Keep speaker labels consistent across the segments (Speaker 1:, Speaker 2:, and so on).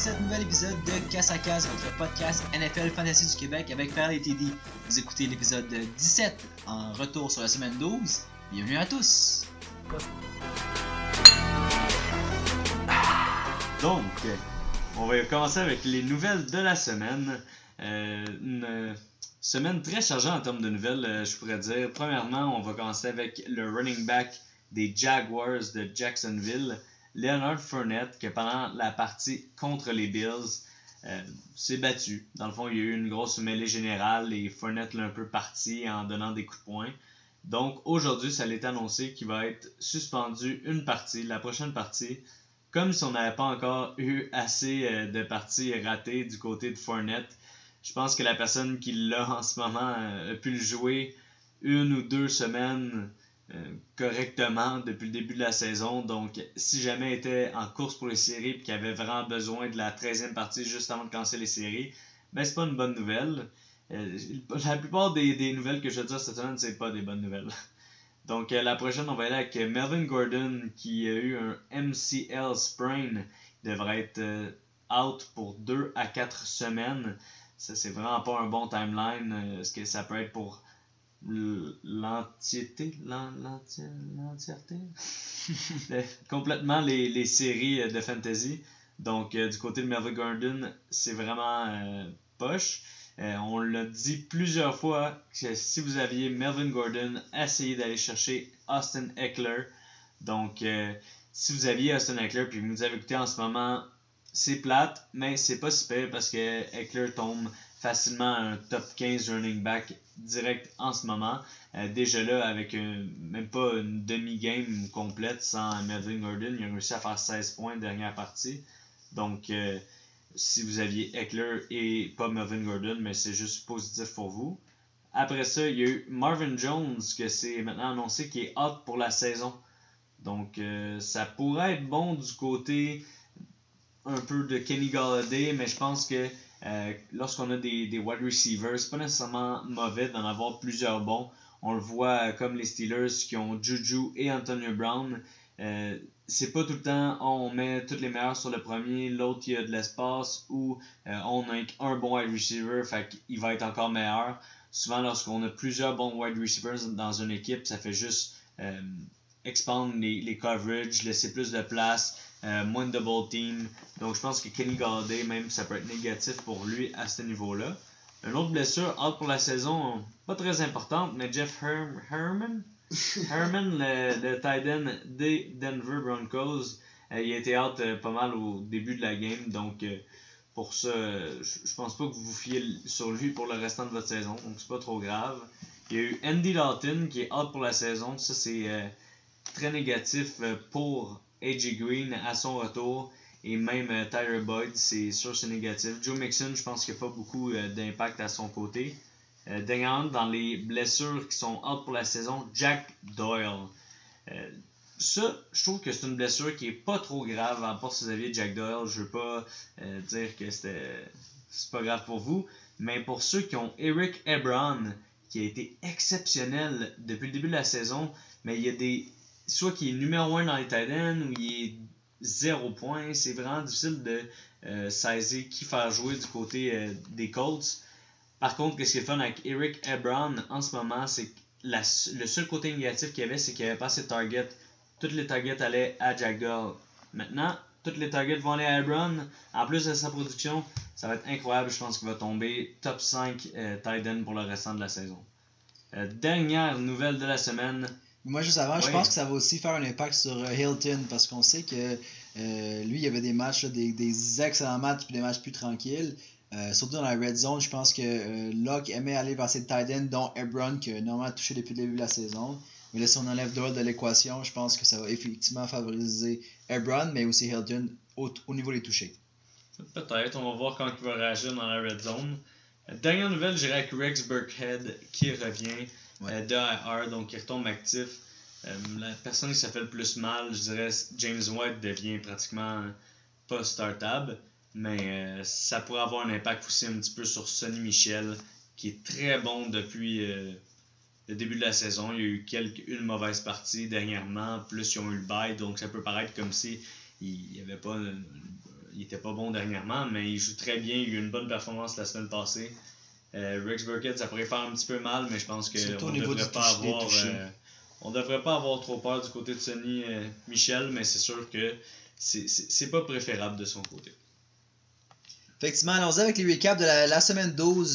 Speaker 1: ce nouvel épisode de Casse à Casse, votre podcast NFL Fantasy du Québec avec Perle et TD. Vous écoutez l'épisode 17 en retour sur la semaine 12. Bienvenue à tous!
Speaker 2: Donc, on va commencer avec les nouvelles de la semaine. Une semaine très chargée en termes de nouvelles, je pourrais dire. Premièrement, on va commencer avec le running back des Jaguars de Jacksonville, Leonard Fournette, qui pendant la partie contre les Bills s'est battu. Dans le fond, il y a eu une grosse mêlée générale et Fournette l'a un peu parti en donnant des coups de poing. Donc aujourd'hui, ça l'est annoncé qu'il va être suspendu une partie, la prochaine partie, comme si on n'avait pas encore eu assez de parties ratées du côté de Fournette. Je pense que la personne qui l'a en ce moment a pu le jouer une ou deux semaines correctement depuis le début de la saison. Donc, si jamais il était en course pour les séries et qu'il avait vraiment besoin de la 13e partie juste avant de commencer les séries, ben c'est pas une bonne nouvelle. La plupart des nouvelles que je vais dire cette semaine, c'est pas des bonnes nouvelles. Donc, la prochaine, on va aller avec Melvin Gordon qui a eu un MCL sprain. Il devrait être out pour 2 à 4 semaines. Ça, c'est vraiment pas un bon timeline. Est-ce que ça peut être pour l'entièreté complètement les séries de fantasy. Donc, du côté de Melvin Gordon, c'est vraiment poche. On l'a dit plusieurs fois que si vous aviez Melvin Gordon, essayez d'aller chercher Austin Ekeler. Donc, si vous aviez Austin Ekeler puis vous nous avez écouté en ce moment, c'est plate, mais c'est pas si pire parce que Ekeler tombe facilement un top 15 running back direct en ce moment. Déjà là, avec même pas une demi-game complète sans Melvin Gordon, il a réussi à faire 16 points dernière partie. Donc, si vous aviez Ekeler et pas Melvin Gordon, mais c'est juste positif pour vous. Après ça, il y a eu Marvin Jones, que c'est maintenant annoncé qui est out pour la saison. Donc, ça pourrait être bon du côté un peu de Kenny Golladay, mais je pense que lorsqu'on a des wide receivers, c'est pas nécessairement mauvais d'en avoir plusieurs bons. On le voit comme les Steelers qui ont Juju et Antonio Brown. C'est pas tout le temps on met tous les meilleurs sur le premier, l'autre il y a de l'espace, ou on a un bon wide receiver, fait qu'il va être encore meilleur. Souvent, lorsqu'on a plusieurs bons wide receivers dans une équipe, ça fait juste expandre les coverages, laisser plus de place, moins de double team. Donc, je pense que Kenny Golladay, même, ça peut être négatif pour lui à ce niveau-là. Une autre blessure, out pour la saison, pas très importante, mais Jeff Herman, le tight end des Denver Broncos, il a été out pas mal au début de la game. Donc, pour ça, je pense pas que vous vous fiez sur lui pour le restant de votre saison. Donc, c'est pas trop grave. Il y a eu Andy Dalton qui est out pour la saison. Ça, c'est très négatif pour AJ Green à son retour. Et même Tyler Boyd, c'est sûr c'est négatif. Joe Mixon, je pense qu'il n'y a pas beaucoup d'impact à son côté. Dernièrement, dans les blessures qui sont out pour la saison, Jack Doyle. Ça, je trouve que c'est une blessure qui est pas trop grave, à part si vous aviez Jack Doyle. Je veux pas dire que c'est pas grave pour vous. Mais pour ceux qui ont Eric Ebron, qui a été exceptionnel depuis le début de la saison, mais il y a des soit qui est numéro 1 dans les tight ends ou il est 0 points. C'est vraiment difficile de saisir qui faire jouer du côté des Colts. Par contre, ce qui est fun avec Eric Ebron en ce moment, c'est que le seul côté négatif qu'il y avait, c'est qu'il n'y avait pas assez de targets. Tous les targets allaient à Jack Doyle. Maintenant, tous les targets vont aller à Ebron. En plus de sa production, ça va être incroyable. Je pense qu'il va tomber top 5 tight end pour le restant de la saison. Dernière nouvelle de la semaine.
Speaker 3: Moi, juste avant, je pense que ça va aussi faire un impact sur Hilton parce qu'on sait que lui, il y avait des matchs, des excellents matchs puis des matchs plus tranquilles. Surtout dans la red zone, je pense que Locke aimait aller vers ses tight ends, dont Ebron, qui a normalement touché depuis le début de la saison. Mais là, si on enlève Doyle de l'équation, je pense que ça va effectivement favoriser Ebron, mais aussi Hilton au niveau des touchés.
Speaker 2: Peut-être, on va voir quand il va réagir dans la red zone. Dernière nouvelle, j'irai avec Rex Burkhead qui revient de IR, donc il retombe actif. La personne qui ça fait le plus mal, je dirais James White devient pratiquement pas startable, mais ça pourrait avoir un impact aussi un petit peu sur Sonny Michel, qui est très bon depuis le début de la saison. Il y a eu une mauvaise partie dernièrement, plus ils ont eu le bye, donc ça peut paraître comme si il n'y avait pas il était pas bon dernièrement, mais il joue très bien. Il a eu une bonne performance la semaine passée. Rex Burkhead, ça pourrait faire un petit peu mal, mais je pense qu'on ne devrait pas avoir trop peur du côté de Sonny Michel, mais c'est sûr que c'est pas préférable de son côté.
Speaker 3: Effectivement, allons-y avec les recaps de la semaine 12.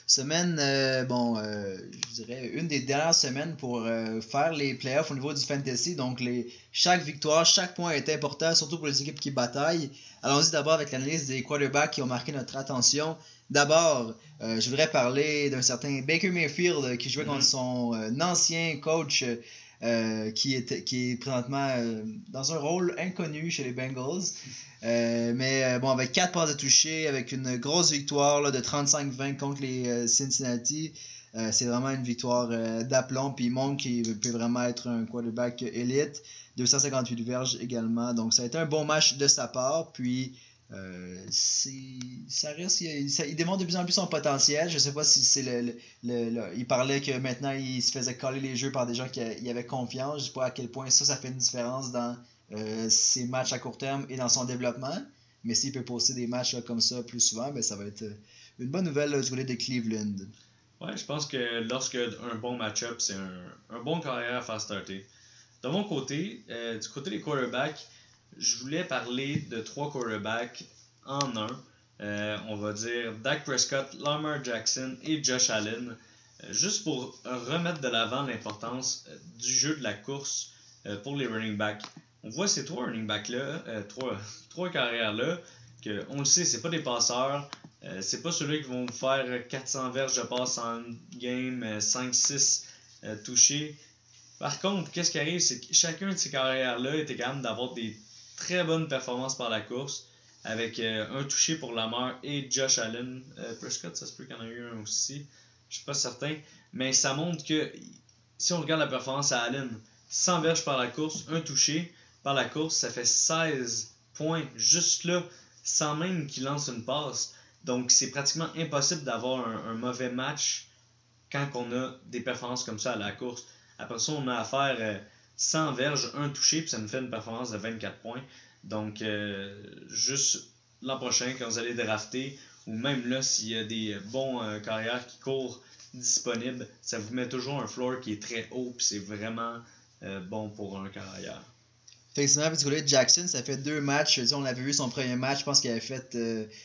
Speaker 3: Je dirais une des dernières semaines pour faire les playoffs au niveau du fantasy. Donc, chaque victoire, chaque point est important, surtout pour les équipes qui bataillent. Allons-y d'abord avec l'analyse des quarterbacks qui ont marqué notre attention. D'abord, je voudrais parler d'un certain Baker Mayfield qui jouait contre son ancien coach qui est présentement dans un rôle inconnu chez les Bengals. Avec 4 passes de toucher, avec une grosse victoire là, de 35-20 contre les Cincinnati, c'est vraiment une victoire d'aplomb. Puis il montre qu'il peut vraiment être un quarterback élite. 258 verges également. Donc ça a été un bon match de sa part. Puis il démontre de plus en plus son potentiel. Je sais pas si c'est il parlait que maintenant il se faisait coller les jeux par des gens qui avaient confiance. Je sais pas à quel point ça fait une différence dans ses matchs à court terme et dans son développement. Mais s'il peut poster des matchs là, comme ça plus souvent, ben, ça va être une bonne nouvelle là, du côté de Cleveland.
Speaker 2: Ouais, je pense que lorsque un bon match-up, c'est un bon carrière à faire starter. De mon côté, du côté des quarterbacks, je voulais parler de 3 quarterbacks en un. On va dire Dak Prescott, Lamar Jackson et Josh Allen. Juste pour remettre de l'avant l'importance du jeu de la course pour les running backs. On voit ces 3 running backs-là, 3 carrières-là, que on le sait, c'est pas des passeurs. C'est pas ceux-là qui vont faire 400 verges de passe en game, 5-6 touchés. Par contre, qu'est-ce qui arrive, c'est que chacun de ces carrières-là était capable d'avoir des très bonnes performances par la course, avec un touché pour Lamar et Josh Allen. Prescott, ça se peut qu'il y en a eu un aussi, je suis pas certain. Mais ça montre que, si on regarde la performance à Allen, 100 verges par la course, un touché par la course, ça fait 16 points juste là, sans même qu'il lance une passe. Donc, c'est pratiquement impossible d'avoir un mauvais match quand on a des performances comme ça à la course. Après ça, on a à faire 100 verges, un touché, puis ça nous fait une performance de 24 points. Donc, juste l'an prochain, quand vous allez drafter, ou même là, s'il y a des bons carrières qui courent disponibles, ça vous met toujours un floor qui est très haut, puis c'est vraiment bon pour un carrière.
Speaker 3: Effectivement, du côté de Jackson, ça fait 2 matchs. On l'avait vu son premier match, je pense qu'il avait fait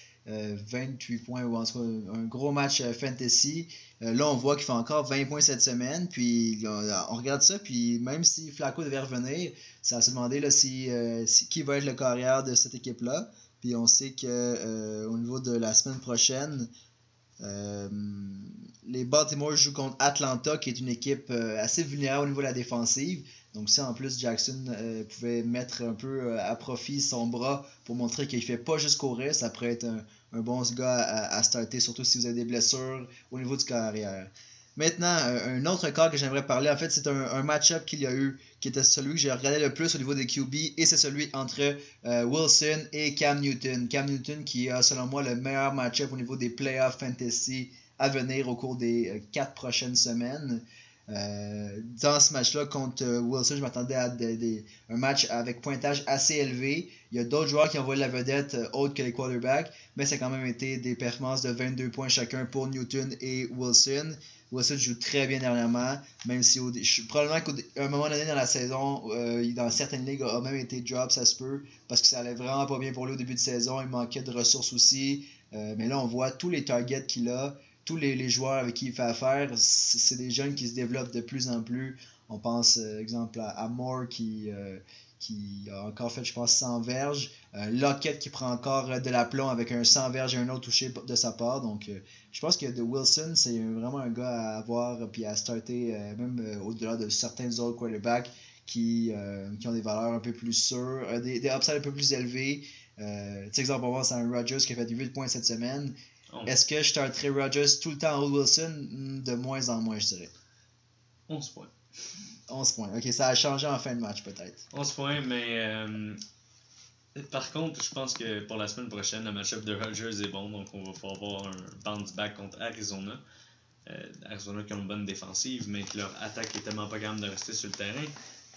Speaker 3: 28 points, ou en tout cas un gros match fantasy. Là, on voit qu'il fait encore 20 points cette semaine. Puis on regarde ça, puis même si Flacco devait revenir, ça va se demander là, qui va être le carrière de cette équipe-là. Puis on sait que au niveau de la semaine prochaine, les Baltimore jouent contre Atlanta, qui est une équipe assez vulnérable au niveau de la défensive. Donc si en plus Jackson pouvait mettre un peu à profit son bras pour montrer qu'il ne fait pas juste courir, ça pourrait être un bon gars à starter, surtout si vous avez des blessures au niveau du carrière. Maintenant, un autre cas que j'aimerais parler, en fait, c'est un match-up qu'il y a eu, qui était celui que j'ai regardé le plus au niveau des QB, et c'est celui entre Wilson et Cam Newton. Cam Newton qui a, selon moi, le meilleur match-up au niveau des playoffs fantasy à venir au cours des 4 prochaines semaines. Dans ce match-là contre Wilson, je m'attendais à un match avec pointage assez élevé. Il y a d'autres joueurs qui ont envoyé la vedette autres que les quarterbacks, mais ça a quand même été des performances de 22 points chacun pour Newton et Wilson. Wilson joue très bien dernièrement, même si probablement qu'à un moment donné dans la saison, dans certaines ligues, a même été drop, ça se peut, parce que ça allait vraiment pas bien pour lui au début de saison. Il manquait de ressources aussi. Mais là, on voit tous les targets qu'il a. Tous les joueurs avec qui il fait affaire, c'est des jeunes qui se développent de plus en plus. On pense, exemple, à Moore qui a encore fait, je pense, 100 verges. Lockett qui prend encore de l'aplomb avec un 100 verges et un autre touché de sa part. Donc, je pense que de Wilson, c'est vraiment un gars à avoir puis à starter, même au-delà de certains autres quarterbacks qui ont des valeurs un peu plus sûres, des upsides un peu plus élevés. Exemple, on va voir, c'est un Rodgers qui a fait 8 points cette semaine. Est-ce que je starterais Rodgers tout le temps en haut de Wilson? De moins en moins, je dirais.
Speaker 2: 11 points.
Speaker 3: 11 points. Ok, ça a changé en fin de match, peut-être.
Speaker 2: 11 points, mais par contre, je pense que pour la semaine prochaine, le match-up de Rodgers est bon, donc on va pouvoir avoir un bounce back contre Arizona. Arizona qui ont une bonne défensive, mais que leur attaque est tellement pas capable de rester sur le terrain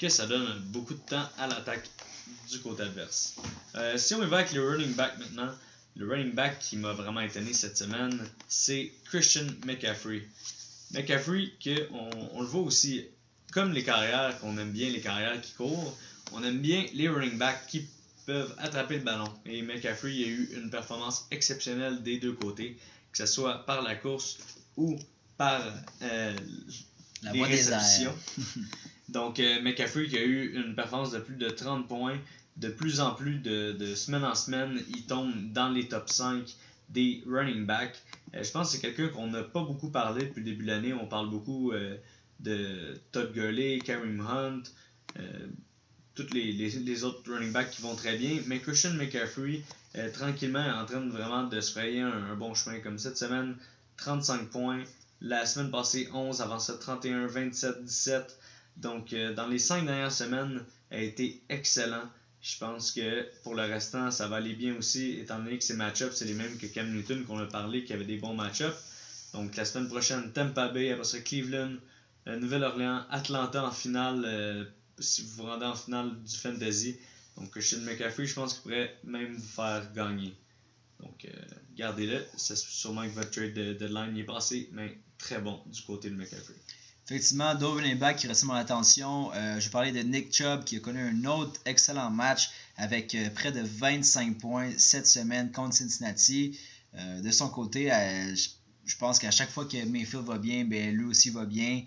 Speaker 2: que ça donne beaucoup de temps à l'attaque du côté adverse. Si on y va avec le running back maintenant, le running back qui m'a vraiment étonné cette semaine, c'est Christian McCaffrey. McCaffrey, on le voit aussi, comme les carrières, qu'on aime bien les carrières qui courent, on aime bien les running backs qui peuvent attraper le ballon. Et McCaffrey a eu une performance exceptionnelle des deux côtés, que ce soit par la course ou par les réceptions. Donc, McCaffrey qui a eu une performance de plus de 30 points, de plus en plus de semaine en semaine, il tombe dans les top 5 des running backs. Je pense que c'est quelqu'un qu'on n'a pas beaucoup parlé depuis le début de l'année. On parle beaucoup de Todd Gurley, Kareem Hunt, tous les autres running backs qui vont très bien. Mais Christian McCaffrey, tranquillement, est en train vraiment de se frayer un bon chemin. Comme cette semaine, 35 points. La semaine passée, 11. Avant ça, 31, 27, 17. Donc, dans les 5 dernières semaines, a été excellent. Je pense que pour le restant, ça va aller bien aussi, étant donné que ces match-ups, c'est les mêmes que Cam Newton qu'on a parlé, qui avait des bons match-ups. Donc, la semaine prochaine, Tampa Bay, après ça, Cleveland, Nouvelle-Orléans, Atlanta en finale, si vous vous rendez en finale du Fantasy. Donc, Christian McCaffrey, je pense qu'il pourrait même vous faire gagner. Donc, gardez-le. C'est sûrement que votre trade deadline y est passé, mais très bon du côté de McCaffrey.
Speaker 3: Effectivement, d'autres running backs qui retient mon attention. Je vais parler de Nick Chubb qui a connu un autre excellent match avec près de 25 points cette semaine contre Cincinnati. De son côté, je pense qu'à chaque fois que Mayfield va bien, ben, lui aussi va bien.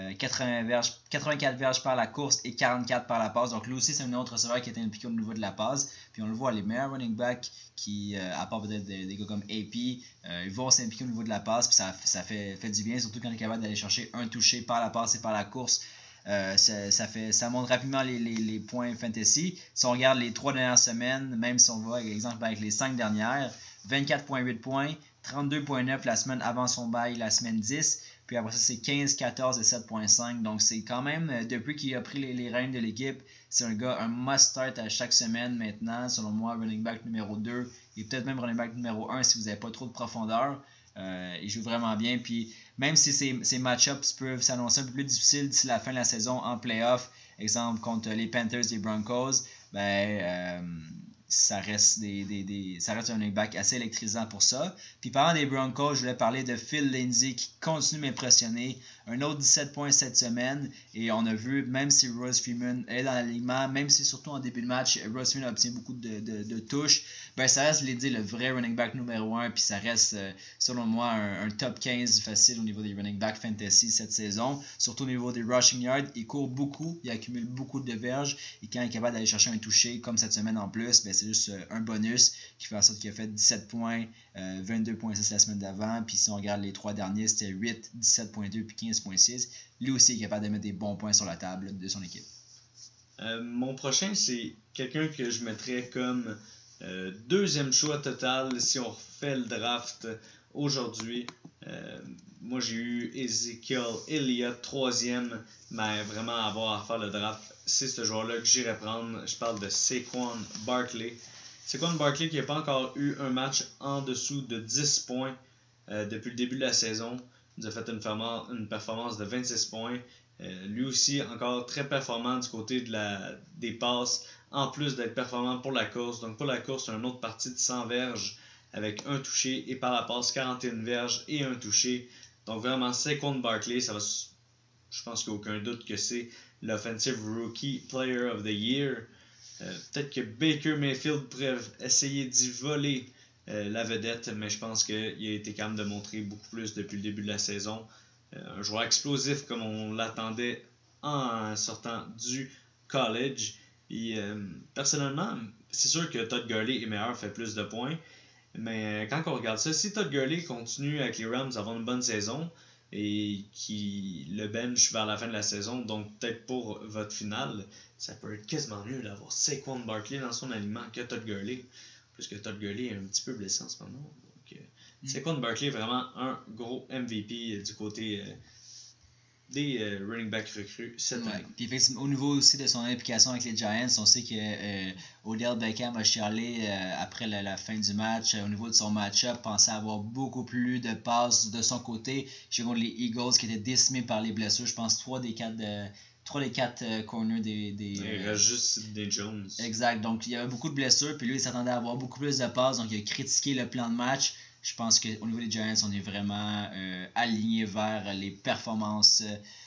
Speaker 3: 84 verges par la course et 44 par la passe. Donc lui aussi, c'est un autre receveur qui est impliqué au niveau de la passe. Puis on le voit, les meilleurs running backs qui, à part peut-être des gars comme AP, ils vont s'impliquer au niveau de la passe. Puis ça fait du bien, surtout quand on est capable d'aller chercher un touché par la passe et par la course. Ça montre rapidement les points fantasy. Si on regarde les 3 dernières semaines, même si on va, par exemple, avec les 5 dernières, 24,8 points, 32,9 la semaine avant son bail, la semaine 10. Puis après ça, c'est 15, 14 et 7,5. Donc, c'est quand même, depuis qu'il a pris les rênes de l'équipe, c'est un must-start à chaque semaine maintenant. Selon moi, running back numéro 2 et peut-être même running back numéro 1 si vous n'avez pas trop de profondeur. Il joue vraiment bien. Puis, même si ces match-ups peuvent s'annoncer un peu plus difficiles d'ici la fin de la saison en playoff, exemple contre les Panthers et les Broncos, ça reste ça reste un running back assez électrisant pour ça. Puis parlant des Broncos, je voulais parler de Phil Lindsay qui continue de m'impressionner. Un autre 17 points cette semaine. Et on a vu, même si Royce Freeman est dans l'alignement, même si surtout en début de match, Royce Freeman obtient beaucoup de touches, ça reste le vrai running back numéro 1. Puis ça reste, selon moi, un top 15 facile au niveau des running back fantasy cette saison. Surtout au niveau des rushing yards. Il court beaucoup, il accumule beaucoup de verges. Et quand il est capable d'aller chercher un touché, comme cette semaine en plus, c'est juste un bonus qui fait en sorte qu'il a fait 17 points, 22,6 la semaine d'avant. Puis si on regarde les 3 derniers, c'était 8, 17,2 puis 15,6. Lui aussi est capable de mettre des bons points sur la table de son équipe.
Speaker 2: Mon prochain, c'est quelqu'un que je mettrais comme deuxième choix total si on refait le draft aujourd'hui. Moi, j'ai eu Ezekiel Elliott, troisième, mais vraiment avoir à faire le draft, c'est ce joueur-là que j'irais prendre. Je parle de Saquon Barkley. Saquon Barkley qui n'a pas encore eu un match en dessous de 10 points depuis le début de la saison. Il nous a fait une performance de 26 points. Lui aussi, encore très performant du côté des passes, en plus d'être performant pour la course. Donc pour la course, c'est une autre partie de 100 verges avec un touché et par la passe 41 verges et un touché. Donc vraiment, Saquon Barkley, je pense qu'il n'y a aucun doute que c'est l'Offensive Rookie Player of the Year. Peut-être que Baker Mayfield pourrait essayer d'y voler la vedette, mais je pense qu'il a été capable de montrer beaucoup plus depuis le début de la saison. Un joueur explosif comme on l'attendait en sortant du college. Et, personnellement, c'est sûr que Todd Gurley est meilleur, fait plus de points. Mais quand on regarde ça, si Todd Gurley continue avec les Rams à avoir une bonne saison et qui le bench vers la fin de la saison, donc peut-être pour votre finale, ça peut être quasiment mieux d'avoir Saquon Barkley dans son alignement que Todd Gurley, puisque Todd Gurley est un petit peu blessé en ce moment. Donc, Saquon Barkley est vraiment un gros MVP du côté des running back recrues cette année.
Speaker 3: Puis effectivement, au niveau aussi de son implication avec les Giants, on sait que Odell Beckham a chialé après la fin du match. Au niveau de son match-up, pensait avoir beaucoup plus de passes de son côté. Chez contre les Eagles qui étaient décimés par les blessures. Je pense 3
Speaker 1: 3 des 4 corners des
Speaker 2: Il reste juste des Jones.
Speaker 1: Exact. Donc, il y avait beaucoup de blessures. Puis lui, il s'attendait à avoir beaucoup plus de passes. Donc, il a critiqué le plan de match. Je pense qu'au niveau des Giants, on est vraiment aligné vers les performances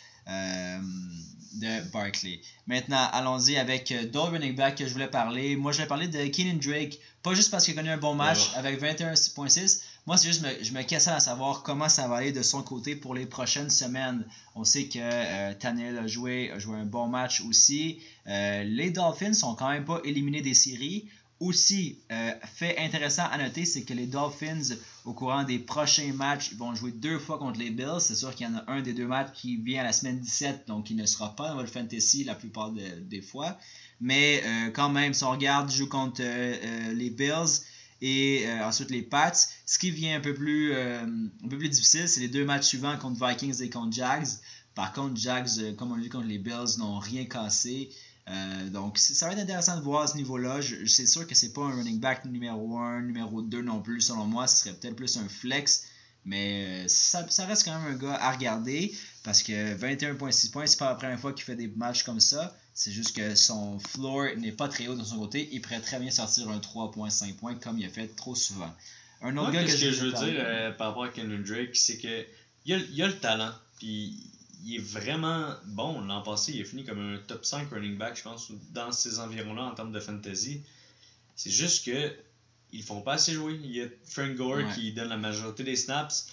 Speaker 1: de Barkley. Maintenant, allons-y avec d'autres running backs que je voulais parler. Moi, je voulais parler de Kenyon Drake. Pas juste parce qu'il a connu un bon match avec 21.6. Moi, c'est juste je me questionnais à savoir comment ça va aller de son côté pour les prochaines semaines. On sait que Tannehill a joué un bon match aussi. Les Dolphins sont quand même pas éliminés des séries. Aussi, fait intéressant à noter, c'est que les Dolphins, au courant des prochains matchs, ils vont jouer 2 fois contre les Bills. C'est sûr qu'il y en a un des 2 matchs qui vient à la semaine 17, donc il ne sera pas dans votre fantasy la plupart des fois. Mais quand même, si on regarde, ils jouent contre les Bills et ensuite les Pats. Ce qui vient un peu plus difficile, c'est les 2 matchs suivants contre Vikings et contre Jags. Par contre, Jags, comme on l'a vu contre les Bills, n'ont rien cassé. Donc, ça va être intéressant de voir à ce niveau-là. C'est sûr que c'est pas un running back numéro 1, numéro 2 non plus, selon moi. Ce serait peut-être plus un flex. Mais ça reste quand même un gars à regarder. Parce que 21.6 points, c'est pas la première fois qu'il fait des matchs comme ça. C'est juste que son floor n'est pas très haut de son côté. Il pourrait très bien sortir un 3.5 points comme il a fait trop souvent. Un autre gars
Speaker 2: que je veux dire par rapport à Kenyon Drake, c'est que il a le talent. Puis il est vraiment bon. L'an passé, il a fini comme un top 5 running back, je pense, dans ces environs-là en termes de fantasy. C'est juste que ils font pas assez jouer. Il y a Frank Gore qui donne la majorité des snaps.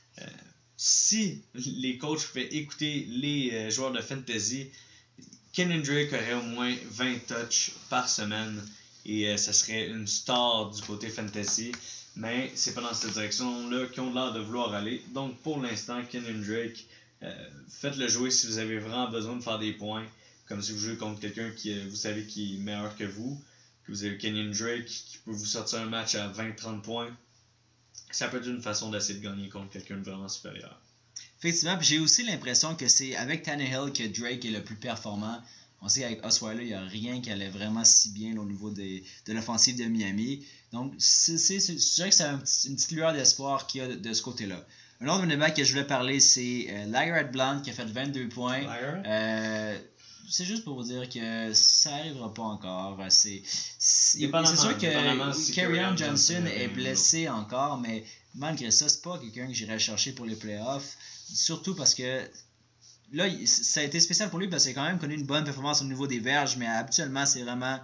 Speaker 2: Si les coachs pouvaient écouter les joueurs de fantasy, Kenyon Drake aurait au moins 20 touches par semaine et ça serait une star du côté fantasy. Mais c'est pas dans cette direction-là qu'ils ont l'air de vouloir aller. Donc pour l'instant, Kenyon Drake, faites-le jouer si vous avez vraiment besoin de faire des points, comme si vous jouez contre quelqu'un qui vous savez qui est meilleur que vous, que vous avez Kenyon Drake qui peut vous sortir un match à 20-30 points. Ça peut être une façon d'essayer de gagner contre quelqu'un de vraiment supérieur.
Speaker 1: Effectivement, puis j'ai aussi l'impression que c'est avec Tannehill que Drake est le plus performant. On sait qu'avec Osweiler, il n'y a rien qui allait vraiment si bien au niveau de l'offensive de Miami. Donc, je dirais que c'est une petite lueur d'espoir qu'il y a de ce côté-là. Un autre running back que je voulais parler, c'est LeGarrette Blount qui a fait 22 points. C'est juste pour vous dire que ça n'arrivera pas encore. C'est sûr que Kerryon Johnson est blessé encore, mais malgré ça, c'est pas quelqu'un que j'irais chercher pour les playoffs. Surtout parce que là, ça a été spécial pour lui parce qu'il a quand même connu une bonne performance au niveau des verges, mais habituellement, c'est vraiment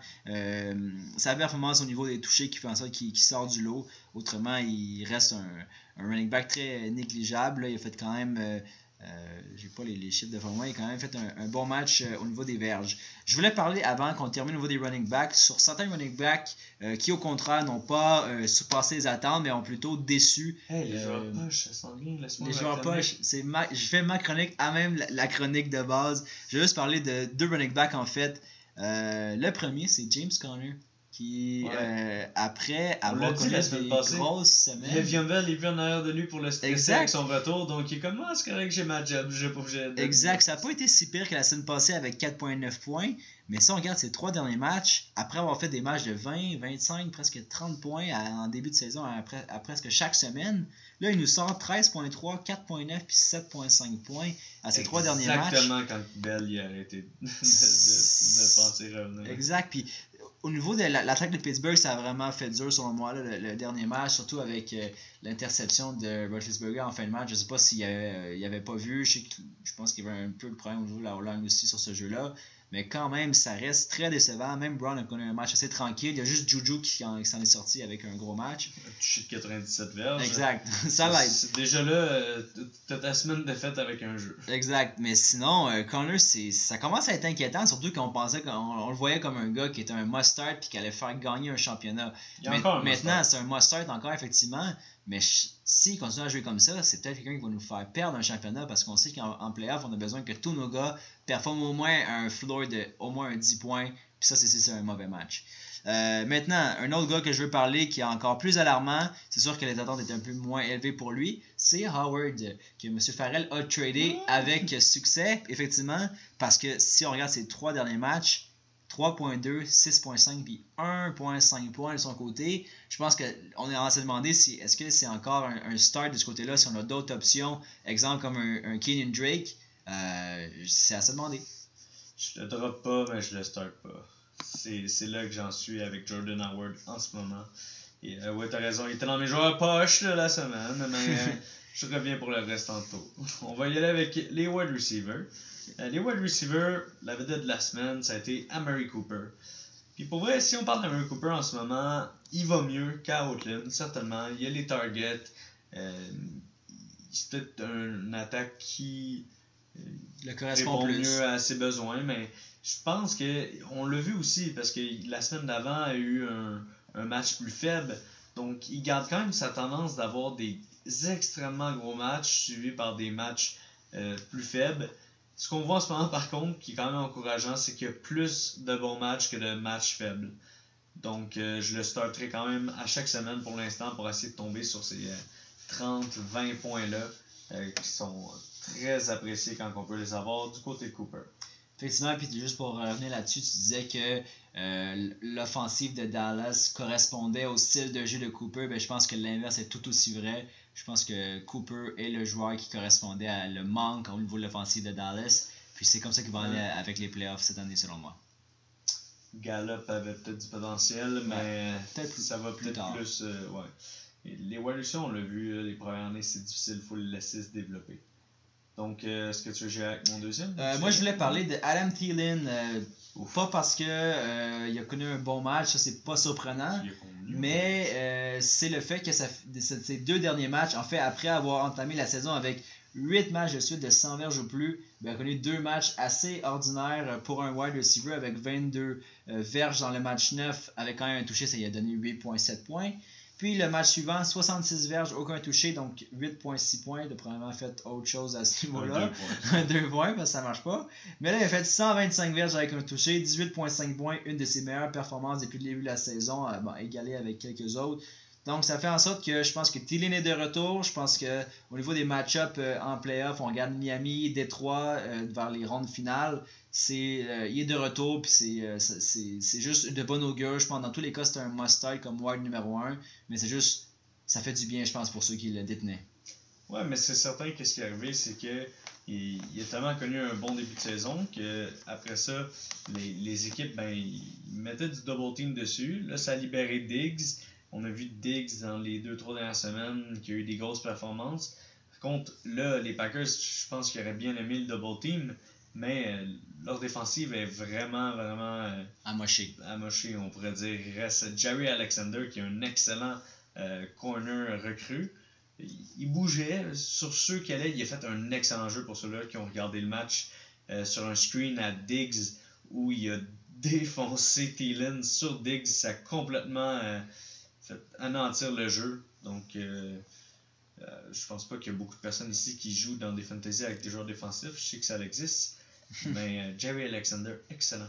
Speaker 1: sa performance au niveau des touchés qui fait en sorte qu'il sort du lot. Autrement, il reste un running back très négligeable. Là, il a fait quand même... j'ai pas les chiffres devant moi, il a quand même fait un bon match au niveau des verges. Je voulais parler avant qu'on termine au niveau des running backs sur certains running backs qui au contraire n'ont pas surpassé les attentes mais ont plutôt déçu.
Speaker 2: Les joueurs poche, ça sent bien.
Speaker 1: Les joueurs poche, je fais ma chronique à même la chronique de base. Je vais juste parler de 2 running backs en fait. Le premier c'est James Conner qui, après avoir connu des grosses semaines...
Speaker 2: Le'Veon Bell est plus en arrière de lui pour le stresser avec son retour, donc il est comme « Ah, c'est correct, j'ai ma job, j'ai pas obligé de... »
Speaker 1: Exact, ça n'a pas été si pire que la semaine passée avec 4.9 points, mais si on regarde ses 3 derniers matchs, après avoir fait des matchs de 20, 25, presque 30 points en début de saison à presque chaque semaine, là, il nous sort 13.3, 4.9 puis 7.5 points à ces 3 derniers matchs.
Speaker 2: Exactement quand Bell il a arrêté de penser revenir.
Speaker 1: Exact, puis... Au niveau de l'attaque de Pittsburgh, ça a vraiment fait dur selon moi là, le dernier match, surtout avec l'interception de Roethlisberger en fin de match. Je ne sais pas s'il avait pas vu, je pense qu'il y avait un peu de problème au niveau de la O-line aussi sur ce jeu-là. Mais quand même, ça reste très décevant. Même Brown a connu un match assez tranquille. Il y a juste Juju qui s'en est sorti avec un gros match.
Speaker 2: Un touché de 97 verges.
Speaker 1: Exact. Ça l'aide.
Speaker 2: Déjà là, t'as ta semaine de fête avec un jeu.
Speaker 1: Exact. Mais sinon, Conner, ça commence à être inquiétant. Surtout qu'on pensait qu'on le voyait comme un gars qui était un must-start puis qui allait faire gagner un championnat. Maintenant, c'est un must-start encore, effectivement. Mais s'il continue à jouer comme ça, c'est peut-être quelqu'un qui va nous faire perdre un championnat parce qu'on sait qu'en playoff, on a besoin que tous nos gars performent au moins un floor de au moins un 10 points. Puis ça, c'est un mauvais match. Maintenant, un autre gars que je veux parler qui est encore plus alarmant, c'est sûr que les attentes étaient un peu moins élevées pour lui, c'est Howard, que M. Farrell a tradé avec succès, effectivement, parce que si on regarde ses 3 derniers matchs, 3.2, 6.5 puis 1.5 points de son côté. Je pense qu'on est en train de se demander est-ce que c'est encore un start de ce côté-là, si on a d'autres options, exemple comme un Kenyon Drake, c'est à se demander.
Speaker 2: Je le drop pas, mais je le start pas. C'est là que j'en suis avec Jordan Howard en ce moment. Et ouais, t'as raison, il était dans mes joueurs poche la semaine, mais je reviens pour le reste tantôt. On va y aller avec les wide receivers. Les wide receivers, la vedette de la semaine, ça a été Amari Cooper. Puis pour vrai, si on parle d'Amari Cooper en ce moment, il va mieux qu'à Oakland, certainement. Il y a les targets. C'est peut-être une attaque qui
Speaker 1: le correspond
Speaker 2: répond
Speaker 1: plus
Speaker 2: mieux à ses besoins, mais je pense qu'on l'a vu aussi parce que la semaine d'avant a eu un match plus faible. Donc il garde quand même sa tendance d'avoir des extrêmement gros matchs suivis par des matchs plus faibles. Ce qu'on voit en ce moment par contre, qui est quand même encourageant, c'est qu'il y a plus de bons matchs que de matchs faibles. Donc je le starterai quand même à chaque semaine pour l'instant pour essayer de tomber sur ces 30-20 points-là qui sont très appréciés quand on peut les avoir du côté de Cooper.
Speaker 1: Effectivement, puis juste pour revenir là-dessus, tu disais que l'offensive de Dallas correspondait au style de jeu de Cooper. Ben, je pense que l'inverse est tout aussi vrai. Je pense que Cooper est le joueur qui correspondait à le manque au niveau de l'offensive de Dallas. Puis c'est comme ça qu'il va aller avec les playoffs cette année, selon moi.
Speaker 2: Gallup avait peut-être du potentiel, mais ça va peut-être plus. Ouais. Et les wide receivers, on l'a vu, les premières années, c'est difficile, il faut le laisser se développer. Donc, est-ce que tu veux jouer avec mon deuxième?
Speaker 1: Moi, je voulais parler de Adam Thielen. Pas parce qu'il a connu un bon match, ça c'est pas surprenant, mais c'est le fait que ces 2 derniers matchs, en fait, après avoir entamé la saison avec 8 matchs de suite de 100 verges ou plus, il a connu 2 matchs assez ordinaires pour un wide receiver avec 22 verges dans le match 9, avec quand même un touché, ça lui a donné 8,7 points. Puis le match suivant, 66 verges, aucun touché, donc 8,6 points. Il a probablement fait autre chose à ce niveau-là. 2 points, parce que ça marche pas. Mais là, il a fait 125 verges avec un touché, 18,5 points, une de ses meilleures performances depuis le début de la saison, égalée avec quelques autres. Donc ça fait en sorte que je pense que Thielen est de retour. Je pense qu'au niveau des match-ups en playoff, on regarde Miami, Détroit vers les rondes finales. Il est de retour, puis c'est juste de bon augure. Je pense dans tous les cas, c'est un must-start comme wide numéro 1, mais c'est juste, ça fait du bien, je pense, pour ceux qui le détenaient.
Speaker 2: Ouais, mais c'est certain que ce qui est arrivé, c'est que il a tellement connu un bon début de saison que après ça, les équipes, ils mettaient du double team dessus. Là, ça a libéré Diggs. On a vu Diggs dans les 2-3 dernières semaines qui a eu des grosses performances. Par contre, là, les Packers, je pense qu'ils auraient bien aimé le double team, mais leur défensive est vraiment
Speaker 1: amochée,
Speaker 2: on pourrait dire. Il reste Jerry Alexander qui est un excellent corner recrue. Il bougeait sur ceux qui allaient. Il a fait un excellent jeu pour ceux-là qui ont regardé le match sur un screen à Diggs où il a défoncé Thielen sur Diggs. Ça a complètement fait anéantir le jeu. Donc, je pense pas qu'il y a beaucoup de personnes ici qui jouent dans des fantasy avec des joueurs défensifs. Je sais que ça existe. Mais Jerry Alexander, excellent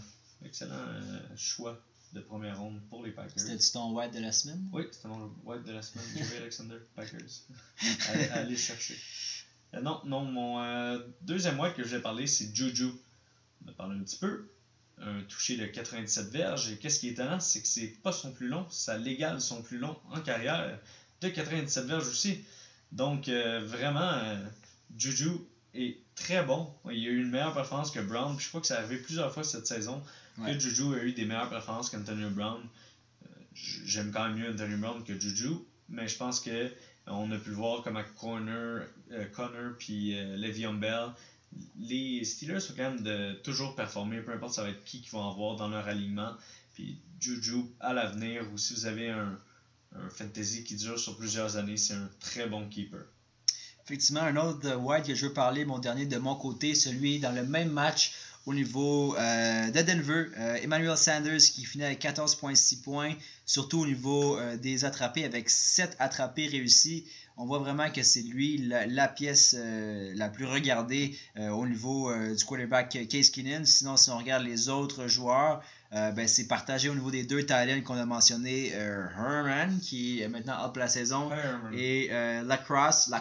Speaker 2: choix de première ronde pour les Packers.
Speaker 1: C'était-tu ton white de la semaine?
Speaker 2: Oui, c'était mon white de la semaine. Jerry Alexander, Packers. Allez chercher. Non, mon deuxième white que je vais parler, c'est Juju. On a parlé un petit peu. Un touché de 97 verges. Et qu'est-ce qui est étonnant, c'est que c'est pas son plus long. Ça l'égale son plus long en carrière de 97 verges aussi. Donc, vraiment, Juju est très bon. Il a eu une meilleure performance que Brown. Puis je crois que ça arrivé plusieurs fois cette saison que Juju a eu des meilleures performances qu'Antonio Brown. J'aime quand même mieux Antonio Brown que Juju, mais je pense qu'on a pu le voir comme à Connor puis Le'Veon Bell. Les Steelers sont quand même de toujours performer, peu importe ça va être qui vont avoir dans leur alignement. Puis Juju, à l'avenir, ou si vous avez un fantasy qui dure sur plusieurs années, c'est un très bon keeper.
Speaker 1: Effectivement, un autre white que je veux parler, mon dernier de mon côté, celui dans le même match au niveau de Denver, Emmanuel Sanders qui finit avec 14,6 points, surtout au niveau des attrapés avec 7 attrapés réussis. On voit vraiment que c'est lui la pièce la plus regardée au niveau du quarterback Case Keenum. Sinon, si on regarde les autres joueurs, c'est partagé au niveau des 2 Italiens qu'on a mentionné, Herman qui est maintenant up la saison et Lacoste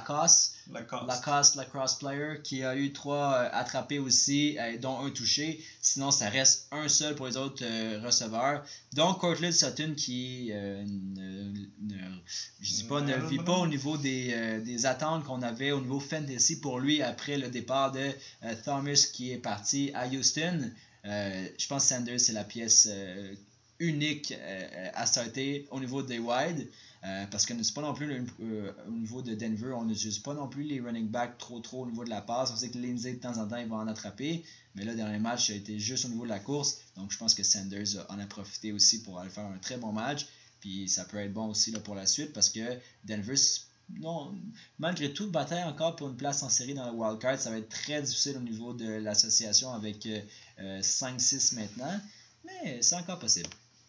Speaker 1: player qui a eu 3 attrapés aussi, dont un touché. Sinon, ça reste un seul pour les autres receveurs. Donc, Courtland Sutton qui ne vit pas au niveau des attentes qu'on avait au niveau fantasy pour lui après le départ de Thomas qui est parti à Houston. Je pense que Sanders, c'est la pièce unique à starter au niveau des wide. Parce que c'est pas non plus au niveau de Denver, on n'utilise pas non plus les running backs trop au niveau de la passe. On sait que Lindsay de temps en temps il va en attraper, mais là dernier match ça a été juste au niveau de la course, donc je pense que Sanders en a profité aussi pour aller faire un très bon match, puis ça peut être bon aussi là, pour la suite parce que Denver, non, malgré tout, bataille encore pour une place en série dans le wildcard, ça va être très difficile au niveau de l'association avec 5-6 maintenant, mais c'est encore possible.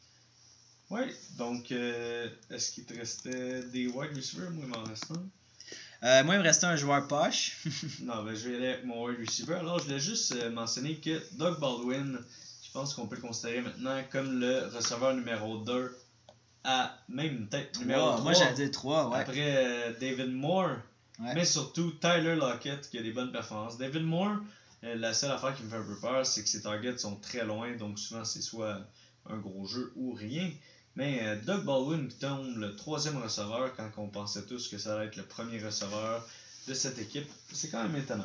Speaker 2: Oui, donc est-ce qu'il te restait des wide receivers? Moi, il m'en reste
Speaker 1: un. Moi, il me restait un joueur poche.
Speaker 2: Non, ben je vais aller avec mon wide receiver. Alors, je voulais juste mentionner que Doug Baldwin, je pense qu'on peut le considérer maintenant comme le receveur numéro 2 à même peut-être numéro 3.
Speaker 1: Moi, j'allais dire 3, ouais.
Speaker 2: Après David Moore, mais surtout Tyler Lockett qui a des bonnes performances. David Moore, la seule affaire qui me fait un peu peur, c'est que ses targets sont très loin, donc souvent c'est soit un gros jeu ou rien. Mais Doug Baldwin qui tombe le 3e receveur quand on pensait tous que ça allait être le premier receveur de cette équipe, c'est quand même étonnant.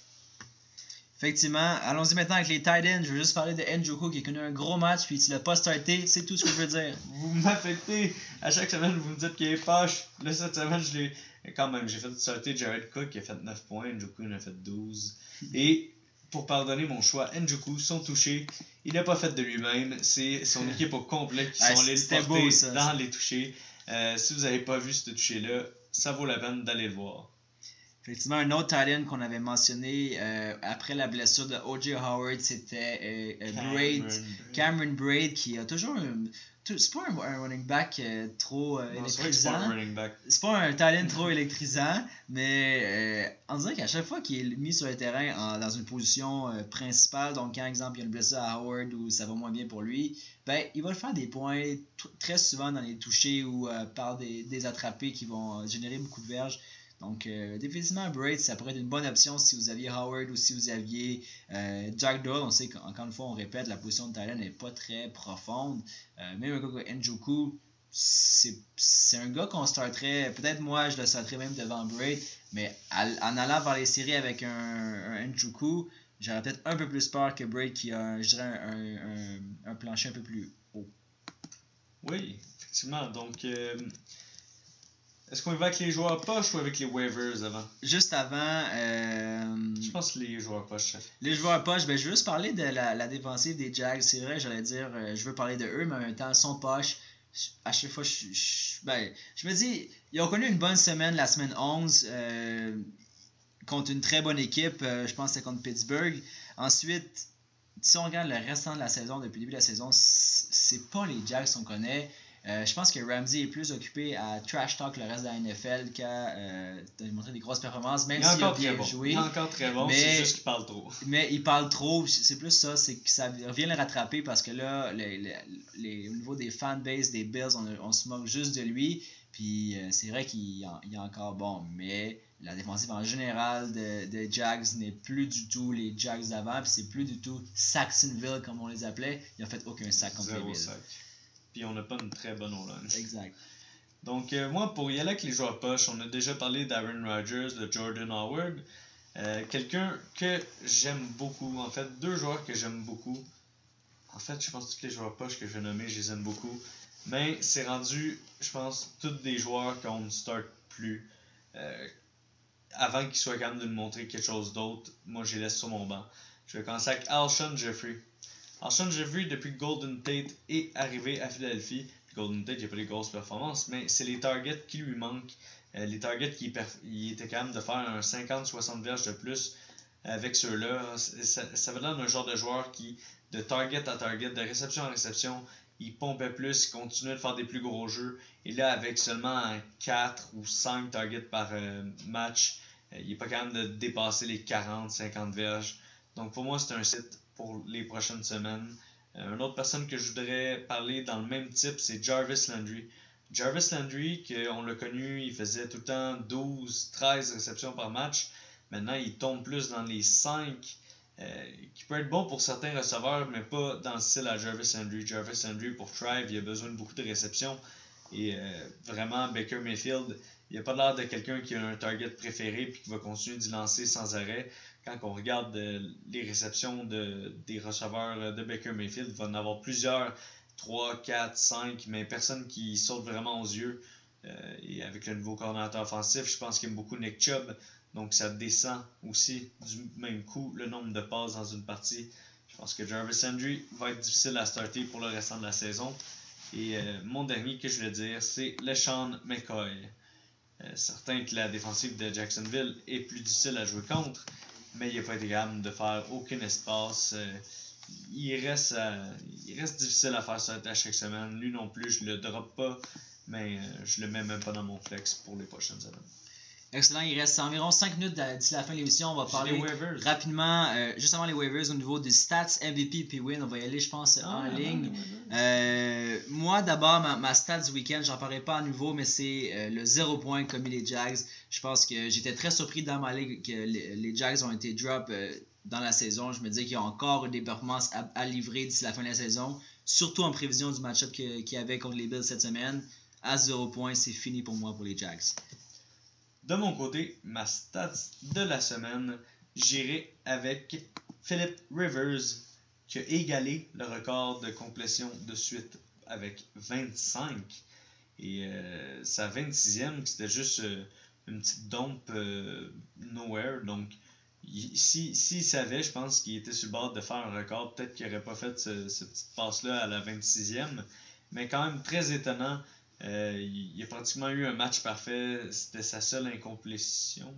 Speaker 1: Effectivement, allons-y maintenant avec les tight ends. Je veux juste parler de Njoku qui a connu un gros match puis tu l'as pas starté, c'est tout ce que je veux dire.
Speaker 2: Vous m'affectez, à chaque semaine vous me dites qu'il est poche. Là cette semaine je l'ai quand même, j'ai fait starter Jared Cook qui a fait 9 points, Njoku en a fait 12. Et pour pardonner mon choix, Njoku, son touché, il n'a pas fait de lui-même. C'est son équipe au complet qui sont allés le porter dans les touchés. Si vous n'avez pas vu ce touché-là, ça vaut la peine d'aller le voir.
Speaker 1: Effectivement, un autre tight end qu'on avait mentionné après la blessure de O.J. Howard, c'était Cameron Braid, qui a toujours c'est pas un running back trop électrisant. C'est pas un tight end trop électrisant, mais on dirait qu'à chaque fois qu'il est mis sur le terrain dans une position principale, donc quand exemple il y a une blessure à Howard ou ça va moins bien pour lui, ben il va faire des points très souvent dans les touchés ou par des attrapés qui vont générer beaucoup de verges. Donc, définitivement, Braid, ça pourrait être une bonne option si vous aviez Howard ou si vous aviez Jack Doyle. On sait qu'encore une fois, on répète, la position de Thailand n'est pas très profonde. Même un gars comme Njoku, c'est un gars qu'on starterait. Peut-être moi, je le starterais même devant Braid, mais en allant vers les séries avec un Njoku, j'aurais peut-être un peu plus peur que Braid qui a, je dirais, un plancher un peu plus haut.
Speaker 2: Oui, effectivement. Donc. Est-ce qu'on y va avec les joueurs poches ou avec les waivers avant?
Speaker 1: Juste avant...
Speaker 2: Je pense que les joueurs poches.
Speaker 1: Les joueurs poches, ben, je veux juste parler de la défensive des Jags. C'est vrai, j'allais dire, je veux parler de eux, mais en même temps, ils sont poches. À chaque fois, je me dis, ils ont connu une bonne semaine, la semaine 11, contre une très bonne équipe. Je pense que c'était contre Pittsburgh. Ensuite, si on regarde le restant de la saison, depuis le début de la saison, c'est pas les Jags qu'on connaît. Je pense que Ramsey est plus occupé à trash talk le reste de la NFL qu'à montrer des grosses performances, même s'il a bien joué.
Speaker 2: Il est encore très bon, c'est juste qu'il parle trop.
Speaker 1: Mais il parle trop, c'est plus ça, c'est que ça revient le rattraper parce que là, au niveau des fanbase des Bills, on se moque juste de lui. Puis c'est vrai qu'il est encore bon, mais la défensive en général de Jags n'est plus du tout les Jags d'avant, puis c'est plus du tout Saxonville comme on les appelait. Il n'a fait aucun sac contre les Bills.
Speaker 2: Puis on n'a pas une très bonne O-line.
Speaker 1: Exact.
Speaker 2: Donc, moi, pour y aller avec les joueurs poches, on a déjà parlé d'Aaron Rodgers, de Jordan Howard. Quelqu'un que j'aime beaucoup, en fait, deux joueurs que j'aime beaucoup. En fait, je pense que tous les joueurs poches que je vais nommer, je les aime beaucoup. Mais c'est rendu, je pense, tous des joueurs qu'on ne start plus. Avant qu'ils soient capables de nous montrer quelque chose d'autre, moi, je les laisse sur mon banc. Je vais commencer avec Alshon Jeffrey. Alshon Jeffrey, depuis que Golden Tate est arrivé à Philadelphie, Golden Tate, il n'a pas des grosses performances, mais c'est les targets qui lui manquent. Les targets il était capable de faire un 50-60 verges de plus avec ceux-là. Ça veut dire un genre de joueur qui, de target à target, de réception à réception, il pompait plus, il continuait de faire des plus gros jeux. Et là, avec seulement 4 ou 5 targets par match, il n'est pas capable de dépasser les 40-50 verges. Donc pour moi, c'est un site pour les prochaines semaines. Une autre personne que je voudrais parler dans le même type, c'est Jarvis Landry. Jarvis Landry, on l'a connu, il faisait tout le temps 12-13 réceptions par match. Maintenant, il tombe plus dans les 5, qui peut être bon pour certains receveurs, mais pas dans le style à Jarvis Landry. Jarvis Landry, pour Thrive, il a besoin de beaucoup de réceptions. Et vraiment, Baker Mayfield, il n'a pas l'air de quelqu'un qui a un target préféré et qui va continuer d'y lancer sans arrêt. quand on regarde les réceptions des receveurs de Baker Mayfield, il va en avoir plusieurs, 3, 4, 5, mais personne qui saute vraiment aux yeux. Et avec le nouveau coordinateur offensif, je pense qu'il aime beaucoup Nick Chubb. Donc ça descend aussi du même coup le nombre de passes dans une partie. Je pense que Jarvis Landry va être difficile à starter pour le restant de la saison. Et mon dernier que je voulais dire, c'est LeSean McCoy. Certain que la défensive de Jacksonville est plus difficile à jouer contre, mais il n'a pas été capable de faire aucun espace. Il reste difficile à faire ça à chaque semaine. Lui non plus, je le drop pas, mais je le mets même pas dans mon flex pour les prochaines semaines.
Speaker 1: Excellent, il reste environ 5 minutes d'ici la fin de l'émission. On va parler rapidement, justement les waivers au niveau des stats, MVP puis win. On va y aller, je pense, en ligne. Moi, d'abord, ma stats du week-end, j'en parlerai pas à nouveau, mais c'est le 0 point commis les Jags. Je pense que j'étais très surpris dans ma ligue que les Jags ont été drop dans la saison. Je me disais qu'il y a encore des performances à livrer d'ici la fin de la saison, surtout en prévision du match-up qu'il y avait contre les Bills cette semaine. À 0 point, c'est fini pour moi pour les Jags.
Speaker 2: De mon côté, ma stats de la semaine, j'irai avec Philip Rivers qui a égalé le record de complétion de suite avec 25. Et sa 26e, c'était juste une petite dompe nowhere. Donc, s'il savait, je pense qu'il était sur le bord de faire un record. Peut-être qu'il n'aurait pas fait ce petite passe-là à la 26e. Mais quand même très étonnant. Il a pratiquement eu un match parfait. C'était sa seule incomplétion.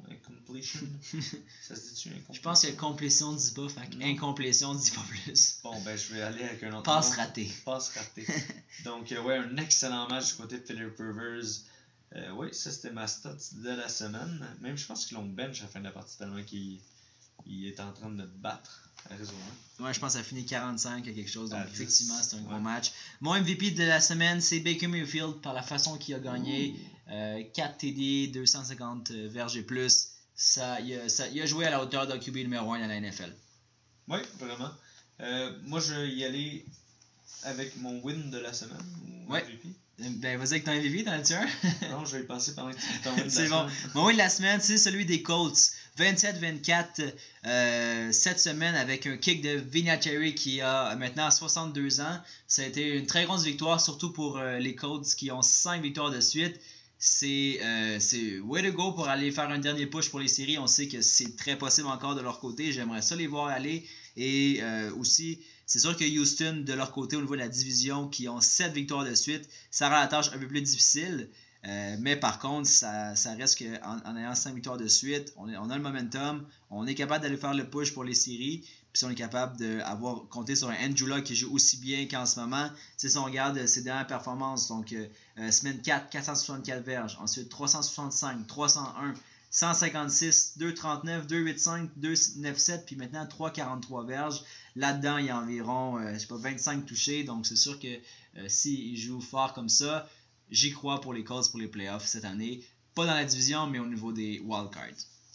Speaker 2: Ça se dit-tu incomplétion?
Speaker 1: Je pense que complétion ne dit pas, fait incomplétion ne dit pas plus.
Speaker 2: Bon, ben je vais aller avec un autre.
Speaker 1: Passe ratée.
Speaker 2: Passe ratée. Donc, ouais, un excellent match du côté de Philip Rivers. Oui, ça c'était ma stat de la semaine. Même je pense qu'ils l'ont bench à la fin de la partie tellement qu'il est en train de quatre Arizona.
Speaker 1: Ouais, je pense que ça a fini 45 à quelque chose. Donc, effectivement, c'est un gros match. Mon MVP de la semaine, c'est Baker Mayfield par la façon qu'il a gagné. 4 TD, 250 verges et plus. Il a joué à la hauteur de QB numéro 1 dans la NFL.
Speaker 2: Oui, vraiment. Moi, je vais y aller avec mon win de la semaine.
Speaker 1: Ouais. Ben, vas-y avec ton MVP, t'en as-tu un?
Speaker 2: Non, je vais y passer pendant que tu dis ton win de la
Speaker 1: semaine. C'est bon. Mon win de la semaine, c'est celui des Colts. 27-24 cette semaine avec un kick de Vinatieri qui a maintenant 62 ans. Ça a été une très grosse victoire, surtout pour les Colts qui ont 5 victoires de suite. C'est way to go pour aller faire un dernier push pour les séries. On sait que c'est très possible encore de leur côté. J'aimerais ça les voir aller. Et aussi, c'est sûr que Houston, de leur côté, au niveau de la division, qui ont 7 victoires de suite, ça rend la tâche un peu plus difficile. Mais par contre, ça reste qu'en ayant 5 victoires de suite, on a le momentum, on est capable d'aller faire le push pour les séries, puis on est capable d'avoir compté sur un Andrew Luck qui joue aussi bien qu'en ce moment. Si on regarde ses dernières performances, donc semaine 4, 464 verges, ensuite 365, 301, 156, 239, 285, 297, puis maintenant 343 verges. Là-dedans, il y a environ 25 touchés, donc c'est sûr que s'il joue fort comme ça, j'y crois pour les Colts pour les playoffs cette année. Pas dans la division, mais au niveau des wildcards.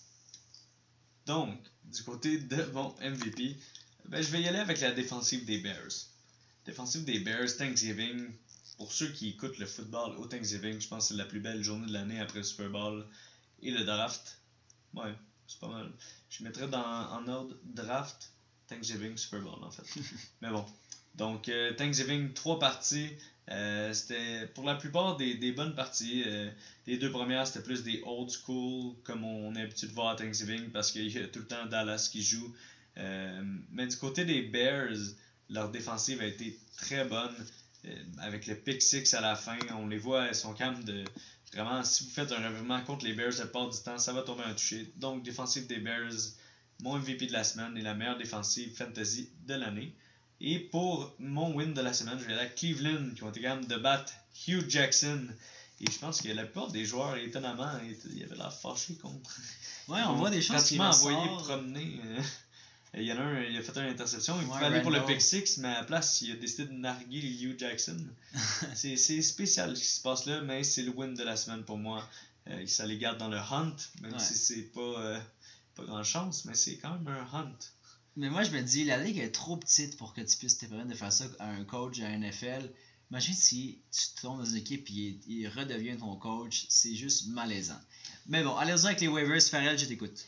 Speaker 2: Donc, du côté de mon MVP, je vais y aller avec la défensive des Bears. Défensive des Bears, Thanksgiving. Pour ceux qui écoutent le football au Thanksgiving, je pense que c'est la plus belle journée de l'année après le Super Bowl et le draft. Ouais, c'est pas mal. Je mettrais en ordre draft, Thanksgiving, Super Bowl en fait. Mais bon. Donc, Thanksgiving, 3 parties. C'était pour la plupart des bonnes parties. Les 2 premières, c'était plus des old school, comme on est habitué de voir à Thanksgiving, parce qu'il y a tout le temps Dallas qui joue. Mais du côté des Bears, leur défensive a été très bonne. Avec le pick 6 à la fin, on les voit, elles sont calmes de... Vraiment, si vous faites un revirement contre les Bears la plupart du temps, ça va tomber un touché. Donc, défensive des Bears, mon MVP de la semaine et la meilleure défensive fantasy de l'année. Et pour mon win de la semaine, je vais aller à Cleveland qui ont été capables de battre Hugh Jackson. Et je pense que la plupart des joueurs, étonnamment, ils avaient l'air fâchés contre.
Speaker 1: Ouais, on voit des choses qui ressortent.
Speaker 2: Envoyé promener. Il y en a un, il a fait une interception. Il pouvait aller pour le pick 6, mais à la place, il a décidé de narguer Hugh Jackson. C'est spécial ce qui se passe là, mais c'est le win de la semaine pour moi. Ça les garde dans le hunt, même si c'est pas grande chance, mais c'est quand même un hunt.
Speaker 1: Mais moi, je me dis, la ligue est trop petite pour que tu puisses te permettre de faire ça à un coach à NFL. Imagine si tu tombes dans une équipe et il redevient ton coach. C'est juste malaisant. Mais bon, allez-y avec les waivers. Farrell, je t'écoute.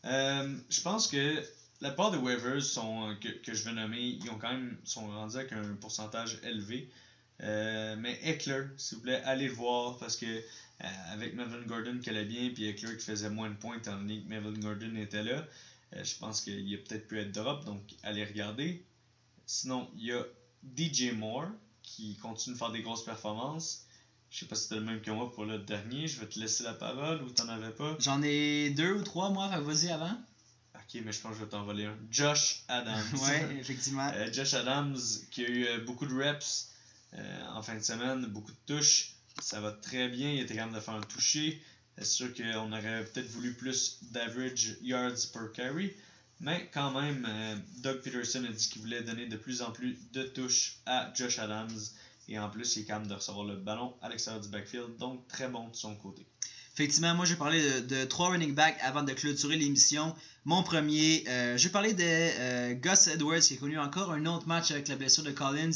Speaker 2: Je pense que la part des waivers que je vais nommer, ils ont quand même sont rendus avec un pourcentage élevé. Mais Eckler, s'il vous plaît, allez le voir parce que avec Melvin Gordon qui allait bien, puis Eckler qui faisait moins de points étant donné que Melvin Gordon était là, je pense qu'il a peut-être pu être drop, donc allez regarder. Sinon, il y a DJ Moore qui continue de faire des grosses performances. Je sais pas si c'était le même que moi pour le dernier. Je vais te laisser la parole ou t'en avais pas.
Speaker 1: J'en ai 2 ou 3 moi, vas-y avant.
Speaker 2: Ok, mais je pense que je vais t'en voler un. Josh Adams.
Speaker 1: Ouais, effectivement.
Speaker 2: Josh Adams qui a eu beaucoup de reps en fin de semaine, beaucoup de touches. Ça va très bien. Il était capable de faire un toucher. C'est sûr qu'on aurait peut-être voulu plus d'average yards per carry. Mais quand même, Doug Peterson a dit qu'il voulait donner de plus en plus de touches à Josh Adams. Et en plus, il est capable de recevoir le ballon à l'extérieur du backfield. Donc, très bon de son côté.
Speaker 1: Effectivement, moi, je vais parler de 3 running backs avant de clôturer l'émission. Mon premier, je vais parler de Gus Edwards, qui a connu encore un autre match avec la blessure de Collins.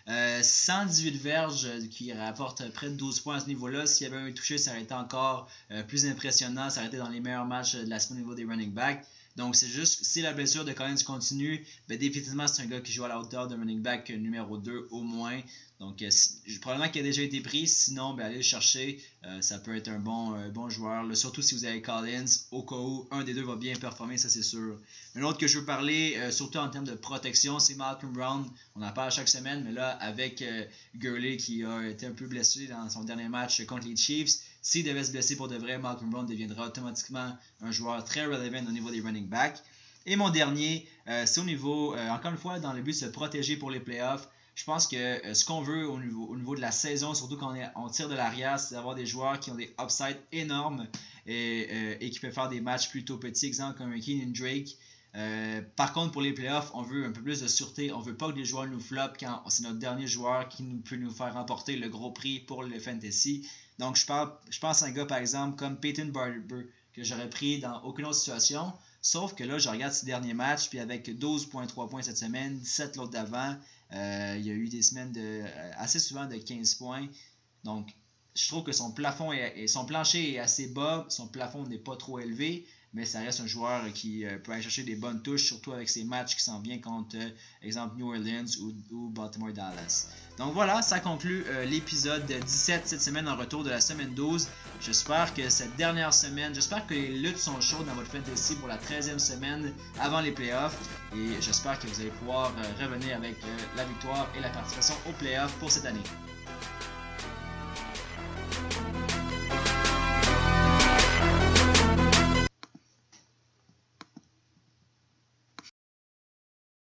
Speaker 1: 118 verges, qui rapporte près de 12 points à ce niveau-là. S'il y avait un touché, ça aurait été encore plus impressionnant. Ça aurait été dans les meilleurs matchs de la semaine au niveau des running backs. Donc, c'est juste, si la blessure de Collins continue, ben définitivement, c'est un gars qui joue à la hauteur de running back numéro 2 au moins. Donc, probablement qu'il a déjà été pris. Sinon, ben, allez le chercher. Ça peut être un bon joueur. Là, surtout si vous avez Collins, au cas où un des deux va bien performer, ça c'est sûr. Un autre que je veux parler, surtout en termes de protection, c'est Malcolm Brown. On en parle chaque semaine, mais là, avec Gurley qui a été un peu blessé dans son dernier match contre les Chiefs, s'il devait se blesser pour de vrai, Malcolm Brown deviendra automatiquement un joueur très relevant au niveau des running backs. Et mon dernier, c'est au niveau, encore une fois, dans le but de se protéger pour les playoffs. Je pense que ce qu'on veut au niveau de la saison, surtout quand on tire de l'arrière, c'est d'avoir des joueurs qui ont des upsides énormes et qui peuvent faire des matchs plutôt petits, exemple comme Keenan Drake. Par contre, pour les playoffs, on veut un peu plus de sûreté. On veut pas que les joueurs nous flopent quand c'est notre dernier joueur qui peut nous faire remporter le gros prix pour le fantasy. Donc, je pense à un gars, par exemple, comme Peyton Barber, que j'aurais pris dans aucune autre situation. Sauf que là, je regarde ses derniers matchs, puis avec 12.3 points cette semaine, 17 l'autre d'avant, il y a eu des semaines assez souvent de 15 points. Donc, je trouve que son plancher est assez bas, son plafond n'est pas trop élevé, mais ça reste un joueur qui peut aller chercher des bonnes touches, surtout avec ses matchs qui s'en viennent contre, exemple, New Orleans ou Baltimore-Dallas. Donc voilà, ça conclut l'épisode 17 cette semaine en retour de la semaine 12. J'espère que cette dernière semaine, j'espère que les luttes sont chaudes dans votre fantasy pour la 13e semaine avant les playoffs. Et j'espère que vous allez pouvoir revenir avec la victoire et la participation aux playoffs pour cette année.